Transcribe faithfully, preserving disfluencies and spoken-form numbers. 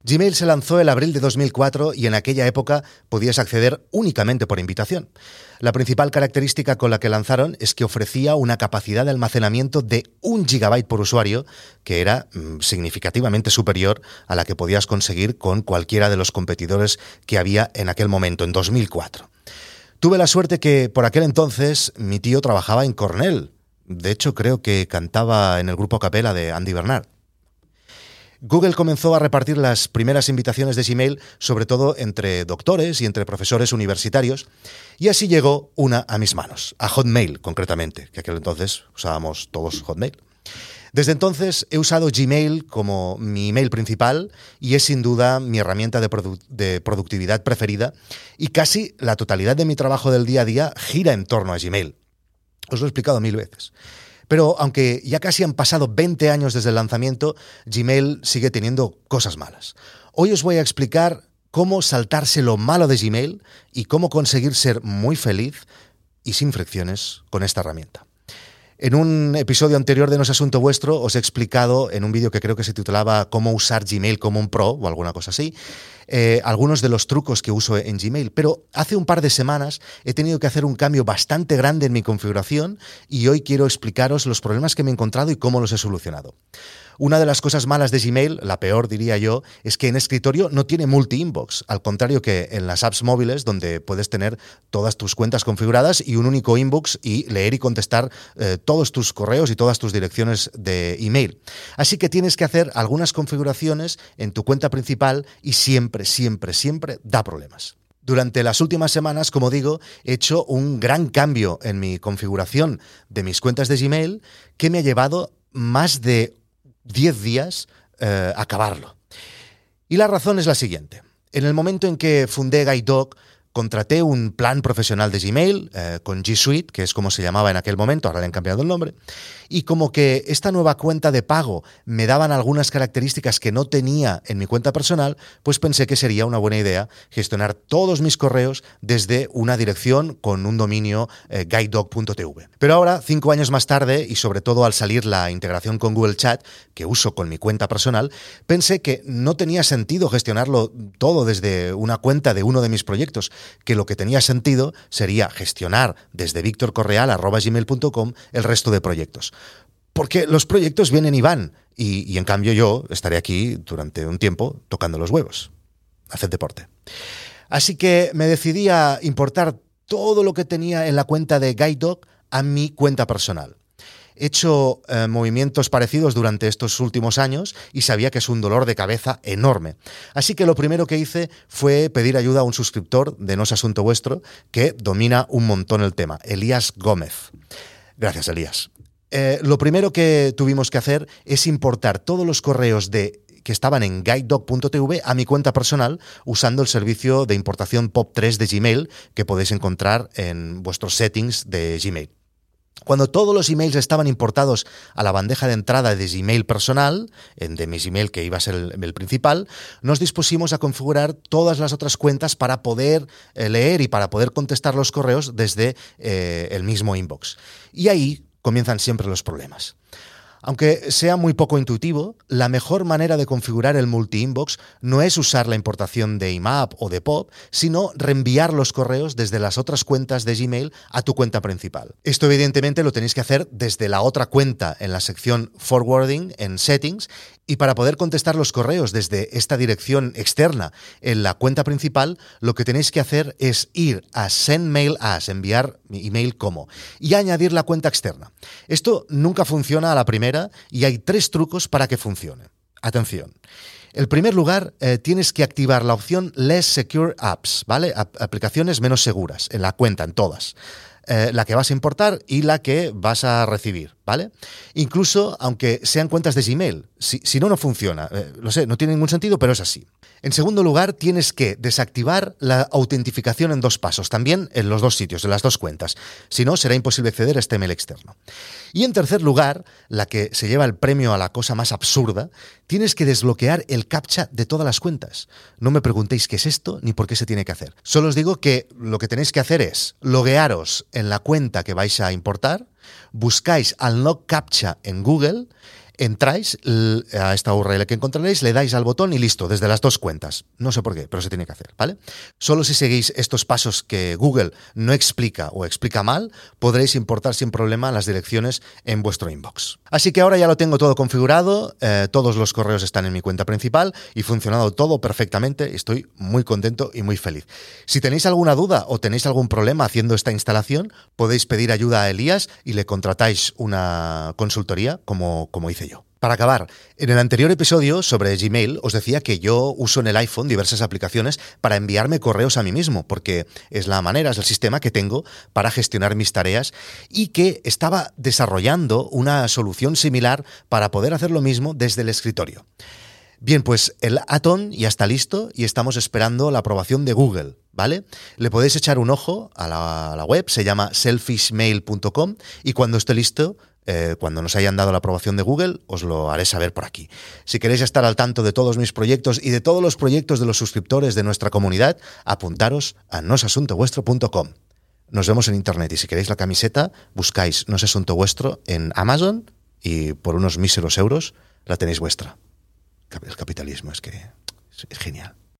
Gmail se lanzó en abril de dos mil cuatro y en aquella época podías acceder únicamente por invitación. La principal característica con la que lanzaron es que ofrecía una capacidad de almacenamiento de un gigabyte por usuario, que era mmm, significativamente superior a la que podías conseguir con cualquiera de los competidores que había en aquel momento, en dos mil cuatro. Tuve la suerte que por aquel entonces mi tío trabajaba en Cornell. De hecho, creo que cantaba en el grupo a capela de Andy Bernard. Google comenzó a repartir las primeras invitaciones de Gmail, sobre todo entre doctores y entre profesores universitarios, y así llegó una a mis manos, a Hotmail concretamente, que aquel entonces usábamos todos Hotmail. Desde entonces he usado Gmail como mi email principal y es sin duda mi herramienta de, produ- de productividad preferida, y casi la totalidad de mi trabajo del día a día gira en torno a Gmail. Os lo he explicado mil veces. Pero aunque ya casi han pasado veinte años desde el lanzamiento, Gmail sigue teniendo cosas malas. Hoy os voy a explicar cómo saltarse lo malo de Gmail y cómo conseguir ser muy feliz y sin fricciones con esta herramienta. En un episodio anterior de No es Asunto Vuestro os he explicado en un vídeo que creo que se titulaba Cómo usar Gmail como un pro o alguna cosa así, eh, algunos de los trucos que uso en Gmail, pero hace un par de semanas he tenido que hacer un cambio bastante grande en mi configuración y hoy quiero explicaros los problemas que me he encontrado y cómo los he solucionado. Una de las cosas malas de Gmail, la peor diría yo, es que en escritorio no tiene multi-inbox, al contrario que en las apps móviles donde puedes tener todas tus cuentas configuradas y un único inbox y leer y contestar eh, todos tus correos y todas tus direcciones de email. Así que tienes que hacer algunas configuraciones en tu cuenta principal y siempre, siempre, siempre da problemas. Durante las últimas semanas, como digo, he hecho un gran cambio en mi configuración de mis cuentas de Gmail que me ha llevado más de diez días eh, acabarlo. Y la razón es la siguiente. En el momento en que fundé GuideDog, contraté un plan profesional de Gmail eh, con G Suite, que es como se llamaba en aquel momento, ahora le han cambiado el nombre, y como que esta nueva cuenta de pago me daban algunas características que no tenía en mi cuenta personal, pues pensé que sería una buena idea gestionar todos mis correos desde una dirección con un dominio eh, guidedog punto t v. Pero ahora, cinco años más tarde, y sobre todo al salir la integración con Google Chat, que uso con mi cuenta personal, pensé que no tenía sentido gestionarlo todo desde una cuenta de uno de mis proyectos, que lo que tenía sentido sería gestionar desde victor correal arroba gmail punto com el resto de proyectos. Porque los proyectos vienen y van, y, y en cambio yo estaré aquí durante un tiempo tocando los huevos. Haced deporte. Así que me decidí a importar todo lo que tenía en la cuenta de GuideDog a mi cuenta personal. He hecho eh, movimientos parecidos durante estos últimos años y sabía que es un dolor de cabeza enorme. Así que lo primero que hice fue pedir ayuda a un suscriptor de No es Asunto Vuestro que domina un montón el tema, Elías Gómez. Gracias, Elías. Eh, lo primero que tuvimos que hacer es importar todos los correos de que estaban en guidedog punto t v a mi cuenta personal usando el servicio de importación P O P tres de Gmail que podéis encontrar en vuestros settings de Gmail. Cuando todos los emails estaban importados a la bandeja de entrada de Gmail personal, de mi Gmail que iba a ser el, el principal, nos dispusimos a configurar todas las otras cuentas para poder eh, leer y para poder contestar los correos desde eh, el mismo inbox. Y ahí comienzan siempre los problemas. Aunque sea muy poco intuitivo, la mejor manera de configurar el multi-inbox no es usar la importación de I M A P o de P O P, sino reenviar los correos desde las otras cuentas de Gmail a tu cuenta principal. Esto evidentemente lo tenéis que hacer desde la otra cuenta en la sección Forwarding en Settings, y para poder contestar los correos desde esta dirección externa en la cuenta principal, lo que tenéis que hacer es ir a Send Mail As, enviar mi email como, y añadir la cuenta externa. Esto nunca funciona a la primera y hay tres trucos para que funcione. Atención. En primer lugar, eh, tienes que activar la opción Less Secure Apps, ¿vale? A- aplicaciones menos seguras en la cuenta, en todas. Eh, la que vas a importar y la que vas a recibir, ¿vale? Incluso aunque sean cuentas de Gmail. Si, si no, no funciona. Eh, lo sé, no tiene ningún sentido, pero es así. En segundo lugar, tienes que desactivar la autentificación en dos pasos, también en los dos sitios, en las dos cuentas. Si no, será imposible acceder a este email externo. Y en tercer lugar, la que se lleva el premio a la cosa más absurda, tienes que desbloquear el captcha de todas las cuentas. No me preguntéis qué es esto ni por qué se tiene que hacer. Solo os digo que lo que tenéis que hacer es loguearos en la cuenta que vais a importar, buscáis Unlock Captcha en Google, entráis a esta U R L que encontraréis, le dais al botón y listo, desde las dos cuentas. No sé por qué, pero se tiene que hacer, ¿vale? Solo si seguís estos pasos que Google no explica o explica mal, podréis importar sin problema las direcciones en vuestro inbox. Así que ahora ya lo tengo todo configurado, eh, todos los correos están en mi cuenta principal y funcionado todo perfectamente. Estoy muy contento y muy feliz. Si tenéis alguna duda o tenéis algún problema haciendo esta instalación, podéis pedir ayuda a Elías y le contratáis una consultoría como, como hice yo. Para acabar, en el anterior episodio sobre Gmail os decía que yo uso en el iPhone diversas aplicaciones para enviarme correos a mí mismo, porque es la manera, es el sistema que tengo para gestionar mis tareas y que estaba desarrollando una solución similar para poder hacer lo mismo desde el escritorio. Bien, pues el add-on ya está listo y estamos esperando la aprobación de Google, ¿vale? Le podéis echar un ojo a la, a la web, se llama selfishmail punto com y cuando esté listo, eh, cuando nos hayan dado la aprobación de Google, os lo haré saber por aquí. Si queréis estar al tanto de todos mis proyectos y de todos los proyectos de los suscriptores de nuestra comunidad, apuntaros a nosasuntovuestro punto com. Nos vemos en internet y si queréis la camiseta, buscáis No es asunto vuestro en Amazon y por unos míseros euros la tenéis vuestra. El capitalismo es que es genial.